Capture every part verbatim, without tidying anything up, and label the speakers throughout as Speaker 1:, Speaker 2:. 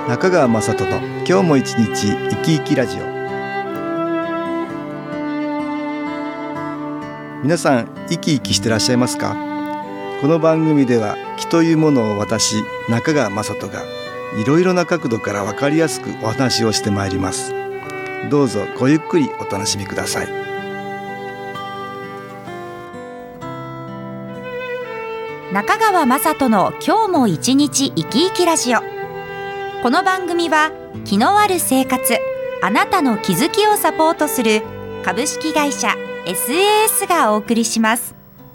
Speaker 1: 中川雅人の今日も一日生き生きラジオ。皆さん生き生きしてらっしゃいますか？この番組では気というものを私中川雅人がいろいろな角度から分かりやすくお話をしてまいります。どうぞごゆっくりお楽しみください。
Speaker 2: 中川雅人の今日も一日生き生きラジオ。この番組は気のある生活、あなたの気づきをサポートする株式会社 エスエーエス がお送りします。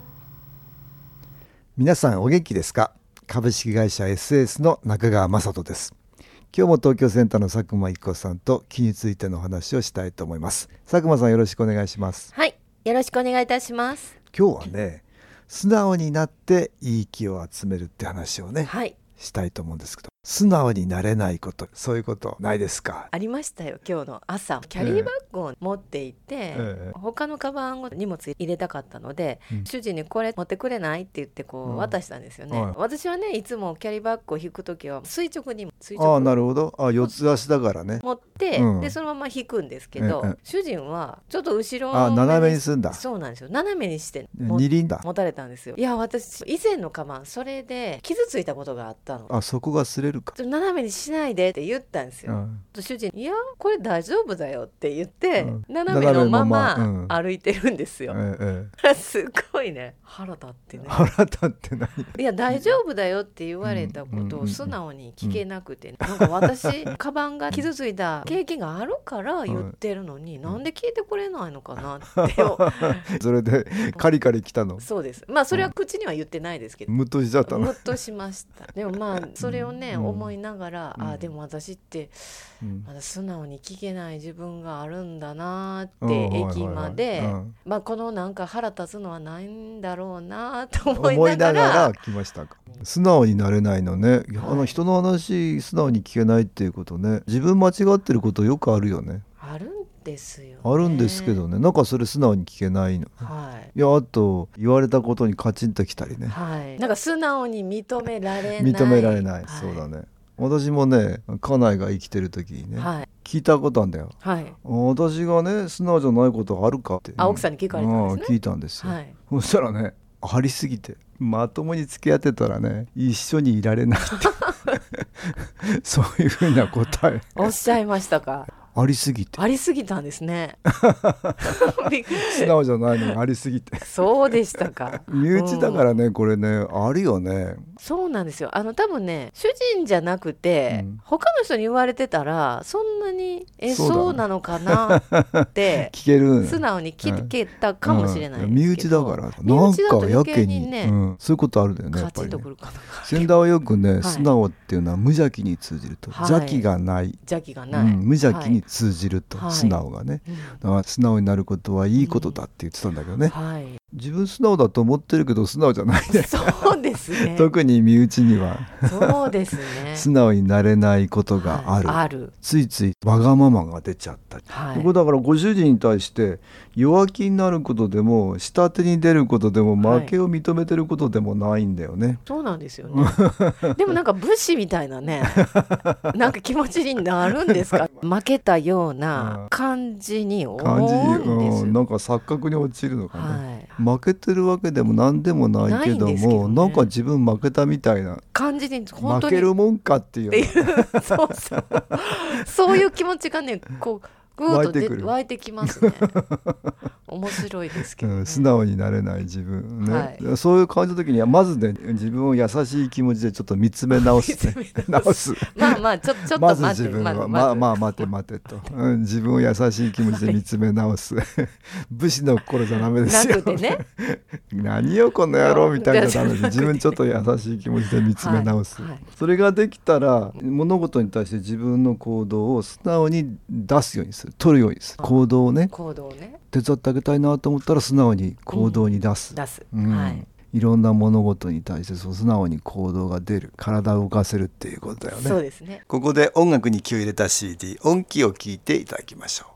Speaker 1: 皆さんお元気ですか？株式会社 エスエーエス の中川雅人です。今日も東京センターの佐久間一子さんと気についてのお話をしたいと思います。佐久間さんよろしくお願いします。
Speaker 3: はい、よろしくお願いいたします。
Speaker 1: 今日はね、素直になっていい気を集めるって話をね、
Speaker 3: はい、
Speaker 1: したいと思うんですけど、素直になれないこと、そういうことないですか？
Speaker 3: ありましたよ。今日の朝キャリーバッグを持っていて、ええ、他のカバンを荷物入れたかったので、うん、主人にこれ持ってくれないって言ってこう、うん、渡したんですよね、はい、私はねいつもキャリーバッグを引くときは垂直に垂直
Speaker 1: あなるほどあ四つ足だからね
Speaker 3: 持って、うん、でそのまま引くんですけど、ええ、主人はちょっと後ろ
Speaker 1: あ斜めにすんだ。
Speaker 3: そうなんですよ。斜めにして
Speaker 1: 二輪だ
Speaker 3: 持たれたんですよ。いや私以前のカバンそれで傷ついたことがあったの。
Speaker 1: あそこが擦れるか。
Speaker 3: 斜めにしないでって言ったんですよ、うん、と主人いやこれ大丈夫だよって言って、うん、斜めのまま歩いてるんですよ、うんええ、すごいね腹立ってね
Speaker 1: 腹立って何
Speaker 3: いや大丈夫だよって言われたことを素直に聞けなくて、うんうん、なんか私カバンが傷ついた経験があるから言ってるのに、うん、なんで聞いてくれないのかなって
Speaker 1: それでカリカリ来たの。
Speaker 3: そうです。まあそれは口には言ってないですけど、
Speaker 1: ムッとしちゃったの。
Speaker 3: ムッとしました。でもまあそれをね、うん、思いながら、うん、あでも私ってまだ素直に聞けない自分があるんだなって、うん、駅まで、はいはいはい、まあこのなんか腹立つのはないんだろうなと思いながら
Speaker 1: 思いながら来ましたか。素直になれないのね。いや、あの人の話素直に聞けないっていうことね、自分間違ってることよくあるよね。
Speaker 3: あるんですよね。
Speaker 1: あるんですけどね、なんかそれ素直に聞けないの、はい、いやあと言われたことにカチンときたりね、
Speaker 3: はい、なんか素直に認められない
Speaker 1: 認められない、はい、そうだね。私もね家内が生きてる時にね、はい、聞いたことあるんだよ、はい、私がね素直じゃないことあるかって、
Speaker 3: あ奥さんに聞かれたんですね、
Speaker 1: うん、聞いたんですよ、はい、そしたらねありすぎてまともに付き合ってたらね一緒にいられないってそういうふうな答え
Speaker 3: おっしゃいましたか。
Speaker 1: ありすぎて
Speaker 3: ありすぎたんですね
Speaker 1: 素直じゃないのがありすぎて
Speaker 3: そうでしたか。
Speaker 1: 身内だからね、うん、これねあるよね。
Speaker 3: そうなんですよ。あの多分ね主人じゃなくて、うん、他の人に言われてたらそんなにえそう、そうなのかなって
Speaker 1: 聞ける
Speaker 3: 素直に聞けたかもしれないですけど、うん、
Speaker 1: 身内だからなんかやけに、ねうん、そういうことあるんだよね。やっぱりね先代はよくね、はい、素直っていうのは無邪気に通じると、はい、邪気がない
Speaker 3: 邪気がない、
Speaker 1: うん、無邪気に通じると、はい、素直がね、だから素直になることはいいことだって言ってたんだけどね、うんはい、自分素直だと思ってるけど素直じゃないね。
Speaker 3: そうですね
Speaker 1: 特に身内には
Speaker 3: そうですね
Speaker 1: 素直になれないことがある、はい、あるついついわがままが出ちゃった、はい、これだからご主人に対して弱気になることでも下手に出ることでも負けを認めてることでもないんだよね、はい、
Speaker 3: そうなんですよねでもなんか武士みたいなねなんか気持ちになるんですか負けたような感じに思うんですよ、うん、
Speaker 1: なんか錯覚に陥るのかね、はい、負けてるわけでも何でもないけども な, けど、ね、なんか自分負けたみたいな
Speaker 3: 感じに本当に
Speaker 1: 負けるもんかっていう、
Speaker 3: いうそうそうそういう気持ちがねこうグーッと湧いてくる湧いてきますね面白いですけど、ねうん、
Speaker 1: 素直になれない自分ね、はい、そういう感じの時にはまずね自分を優しい気持ちでちょっと見つめ直す、ね、直す
Speaker 3: まあまあちょ, ちょっと待って
Speaker 1: まず自分はま, まあまあ待て待てと、うん、自分を優しい気持ちで見つめ直す、はい、武士の心じゃダメですよ
Speaker 3: なくてね
Speaker 1: 何よこの野郎みたいなダメで自分ちょっと優しい気持ちで見つめ直す、はいはい、それができたら物事に対して自分の行動を素直に出すようにする取るようにする行動をね
Speaker 3: 行動をね
Speaker 1: 手伝ってあげたいなと思ったら素直に行動に出す、
Speaker 3: うん、出す、
Speaker 1: うんはい、いろんな物事に対してそう素直に行動が出る体を動かせるっていうことだよね。
Speaker 3: そうですね。
Speaker 1: ここで音楽に気を入れた シーディー 音気を聞いていただきましょう。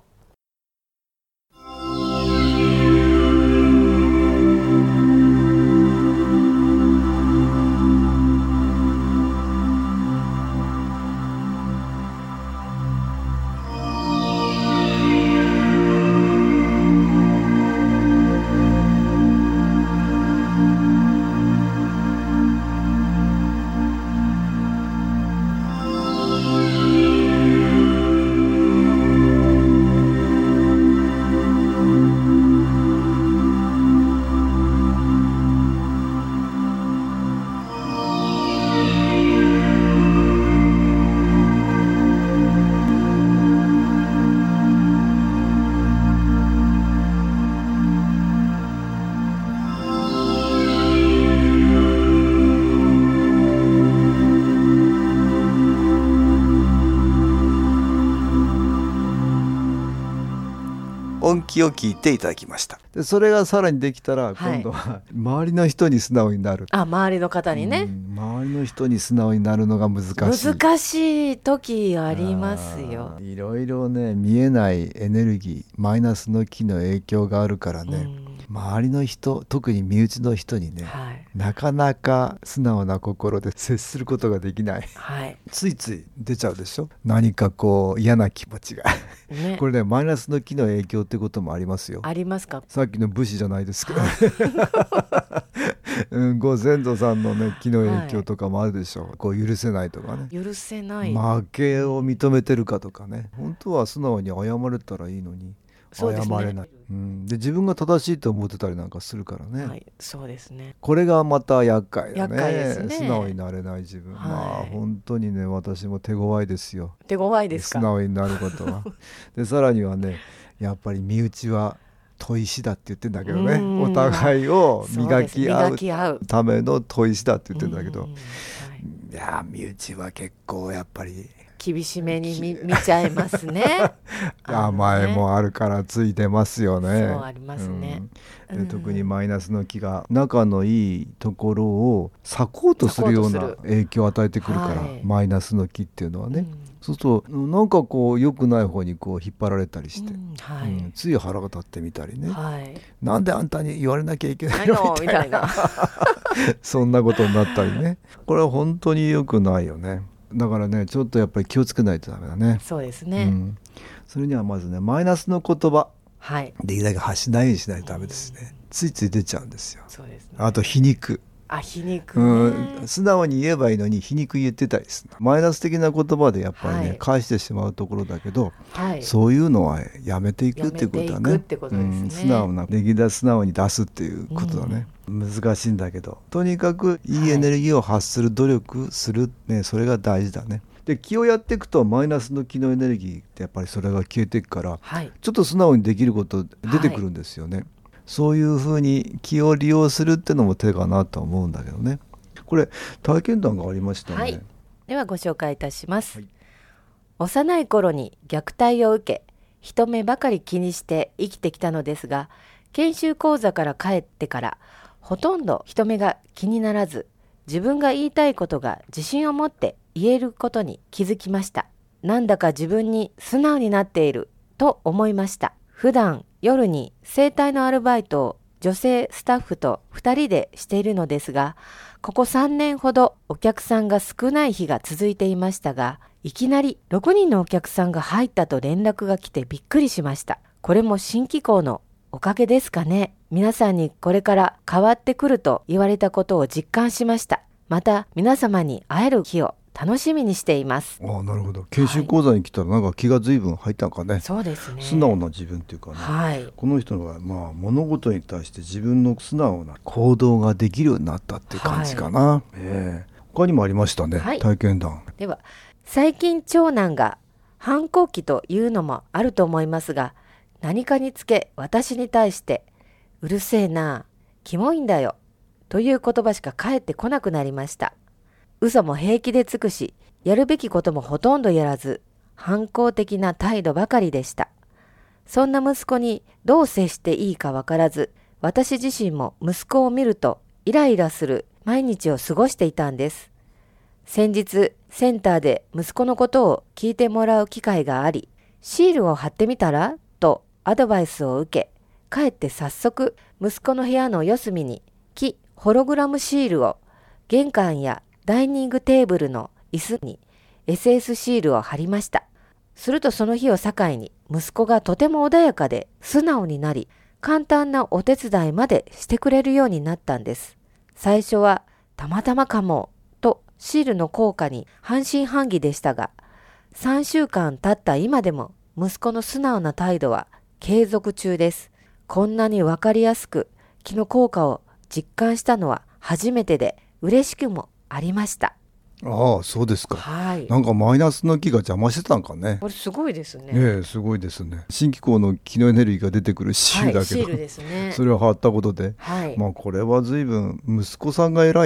Speaker 1: 気を聞いていただきました。でそれがさらにできたら今度は周りの人に素直になる、
Speaker 3: あ、周りの方にね、
Speaker 1: うん、周りの人に素直になるのが難しい
Speaker 3: 難しい時ありますよ。
Speaker 1: いろいろね、見えないエネルギー、マイナスの気の影響があるからね、うん、周りの人、特に身内の人にね、はい、なかなか素直な心で接することができない、はい、ついつい出ちゃうでしょ、何かこう嫌な気持ちが、ね、これねマイナスの気の影響ってこともありますよ。
Speaker 3: ありますか。
Speaker 1: さっきの武士じゃないですけど、うん、ご先祖さんのね気の影響とかもあるでしょう、はい、こう許せないとかね、
Speaker 3: 許せない、
Speaker 1: 負けを認めてるかとかね、本当は素直に謝れたらいいのに謝れない、そうですね、うん、で自分が正しいと思ってたりなんかするからね、
Speaker 3: はい、そうですね、
Speaker 1: これがまた厄介だね、
Speaker 3: 厄介ですね、
Speaker 1: 素直になれない自分、はい、まあ本当にね私も手強いですよ。
Speaker 3: 手強いですか。
Speaker 1: 素直になることはでさらにはね、やっぱり身内は砥石だって言ってんだけどね、お互いを磨き合うための砥石だって言ってんだけど、はい、いや身内は結構やっぱり
Speaker 3: 厳しめに 見, 見ちゃいますね
Speaker 1: 甘えもあるからついてますよね。
Speaker 3: そうありますね、
Speaker 1: うん、で特にマイナスの気が仲のいいところを裂こうとするような影響を与えてくるから、はい、マイナスの気っていうのはね、うん、そうするとなんかこう良くない方にこう引っ張られたりして、うんはいうん、つい腹が立ってみたりね、はい、なんであんたに言われなきゃいけないのみたいなそんなことになったりね、これは本当に良くないよね。だからねちょっとやっぱり気をつけないとダメだね。
Speaker 3: そうですね、
Speaker 1: うん、それにはまずねマイナスの言葉、はい、できるだけ発しないようにしないとダメですね、うん、ついつい出ちゃうんですよ。
Speaker 3: そうですね、
Speaker 1: あと皮肉、
Speaker 3: あ皮肉、ね
Speaker 1: うん、素直に言えばいいのに皮肉言ってたりする。マイナス的な言葉でやっぱりね、はい、返してしまうところだけど、はい、そういうのはやめていくっていうことだね。うん、素直なできるだけ素直に出すっていうことだね、うん、難しいんだけどとにかくいいエネルギーを発する努力する、ね、それが大事だね。で気をやっていくとマイナスの気のエネルギーってやっぱりそれが消えていくから、はい、ちょっと素直にできること出てくるんですよね、はい、そういうふうに気を利用するってのも手かなと思うんだけどね。これ体験談がありましたね、はい、
Speaker 3: ではご紹介いたします、はい、幼い頃に虐待を受け人目ばかり気にして生きてきたのですが、研修講座から帰ってからほとんど人目が気にならず、自分が言いたいことが自信を持って言えることに気づきました。なんだか自分に素直になっていると思いました。普段夜に整体のアルバイトを女性スタッフとふたりでしているのですが、ここさんねんほどお客さんが少ない日が続いていましたが、いきなりろくにんのお客さんが入ったと連絡が来てびっくりしました。これも新機構のおかげですかね。皆さんにこれから変わってくると言われたことを実感しました。また皆様に会える日を楽しみにしています。
Speaker 1: ああ、なるほど。研修講座に来たらなんか気が随分入ったんかね、はい、
Speaker 3: そうですね。
Speaker 1: 素直な自分っていうかね、はい、この人のが、まあ、物事に対して自分の素直な行動ができるようになったっていう感じかな、はいえー、他にもありましたね、はい、体験談。
Speaker 3: では最近長男が反抗期というのもあると思いますが、何かにつけ私に対してうるせえな、キモいんだよという言葉しか返ってこなくなりました。嘘も平気でつくし、やるべきこともほとんどやらず、反抗的な態度ばかりでした。そんな息子にどう接していいかわからず、私自身も息子を見るとイライラする毎日を過ごしていたんです。先日、センターで息子のことを聞いてもらう機会があり、シールを貼ってみたらとアドバイスを受け、帰って早速息子の部屋の四隅に木ホログラムシールを、玄関やダイニングテーブルの椅子に エスエス シールを貼りました。するとその日を境に息子がとても穏やかで素直になり、簡単なお手伝いまでしてくれるようになったんです。最初はたまたまかもとシールの効果に半信半疑でしたが、さんしゅうかん経った今でも息子の素直な態度は継続中です。こんなにわかりやすく気の効果を実感したのは初めてで、嬉しくもありました。
Speaker 1: ああ、そうですか、
Speaker 3: はい、
Speaker 1: なんかマイナスの気が邪魔してたんかね。
Speaker 3: これすごいですね。
Speaker 1: ええ、すごいですね。新機構の気のエネルギーが出てくるシールだけど、はい、シールですね。それを貼ったことで、はい、まあこれは随分息子さんが偉いね。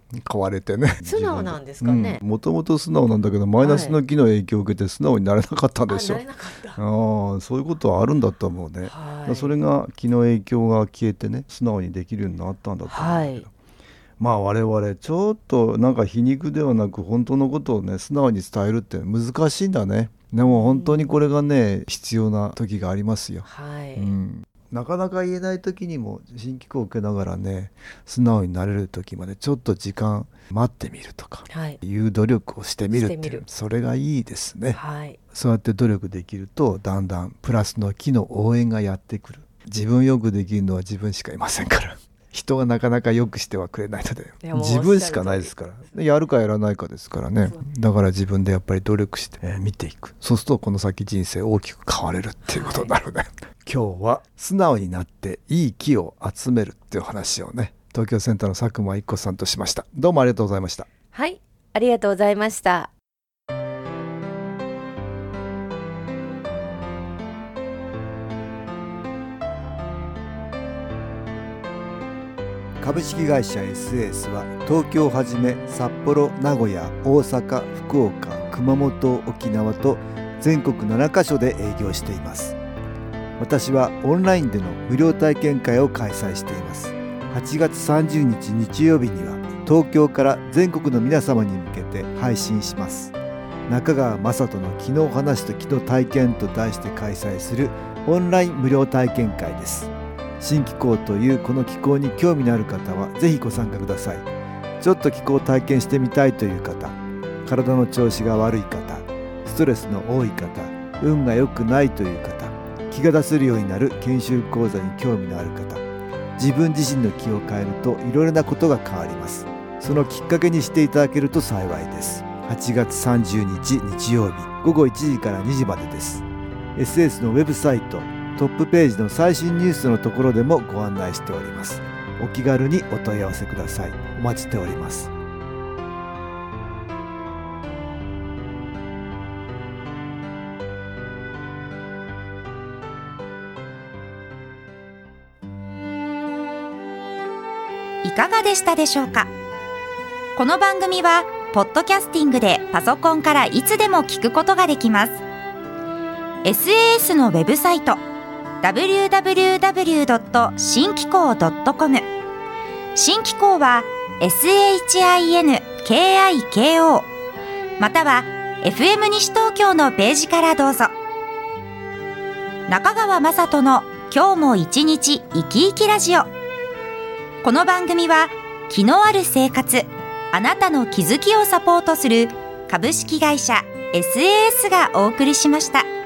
Speaker 1: 買われてね。
Speaker 3: 素直なんですかね。
Speaker 1: もともと素直なんだけどマイナスの気の影響を受けて素直になれなかったんでしょ、
Speaker 3: はい、あ、なれなかった。
Speaker 1: あ、そういうことはあるんだと思うね、
Speaker 3: はい、
Speaker 1: それが気の影響が消えてね素直にできるようになったんだと思うんだけど、はい、まあ我々ちょっとなんか皮肉ではなく本当のことをね素直に伝えるって難しいんだね。でも本当にこれがね必要な時がありますよ、
Speaker 3: はい、
Speaker 1: うん、なかなか言えない時にも新機構を受けながらね素直になれる時までちょっと時間待ってみるとか、はい、いう努力をしてみるっていうそれがいいですね、はい、そうやって努力できるとだんだんプラスの気の応援がやってくる。自分よくできるのは自分しかいませんから人はなかなかよくしてはくれないので自分しかないですからやるかやらないかですからね。だから自分でやっぱり努力して、えー、見ていく。そうするとこの先人生大きく変われるっていうことになるね、はい、今日は素直になっていい気を集めるっていう話をね東京センターの佐久間一子さんとしました。どうもありがとうございました。
Speaker 3: はい、ありがとうございました。
Speaker 1: 株式会社 エスエーエス は東京をはじめ札幌、名古屋、大阪、福岡、熊本、沖縄と全国ななカ所で営業しています。私はオンラインでの無料体験会を開催しています。はちがつさんじゅうにち日曜日には東京から全国の皆様に向けて配信します。中川雅人の気の話と気の体験と題して開催するオンライン無料体験会です。新気候というこの気候に興味のある方はぜひご参加ください。ちょっと気候を体験してみたいという方、体の調子が悪い方、ストレスの多い方、運が良くないという方、気が出せるようになる研修講座に興味のある方、自分自身の気を変えるといろいろなことが変わります。そのきっかけにしていただけると幸いです。はちがつさんじゅうにち日曜日ごごいちじからにじまでです。 エスエーエス のウェブサイトトップページの最新ニュースのところでもご案内しております。お気軽にお問い合わせください。お待ちしております。
Speaker 2: いかがでしたでしょうか。この番組はポッドキャスティングでパソコンからいつでも聞くことができます。 エスエーエス のウェブサイトダブリューダブリューダブリュードットシンキコードットコム 新気候は エスエイチアイエヌケーアイケーオー または エフエム 西東京のページからどうぞ。中川雅人の今日も一日生き生きラジオ。この番組は気のある生活、あなたの気づきをサポートする株式会社 エスエーエス がお送りしました。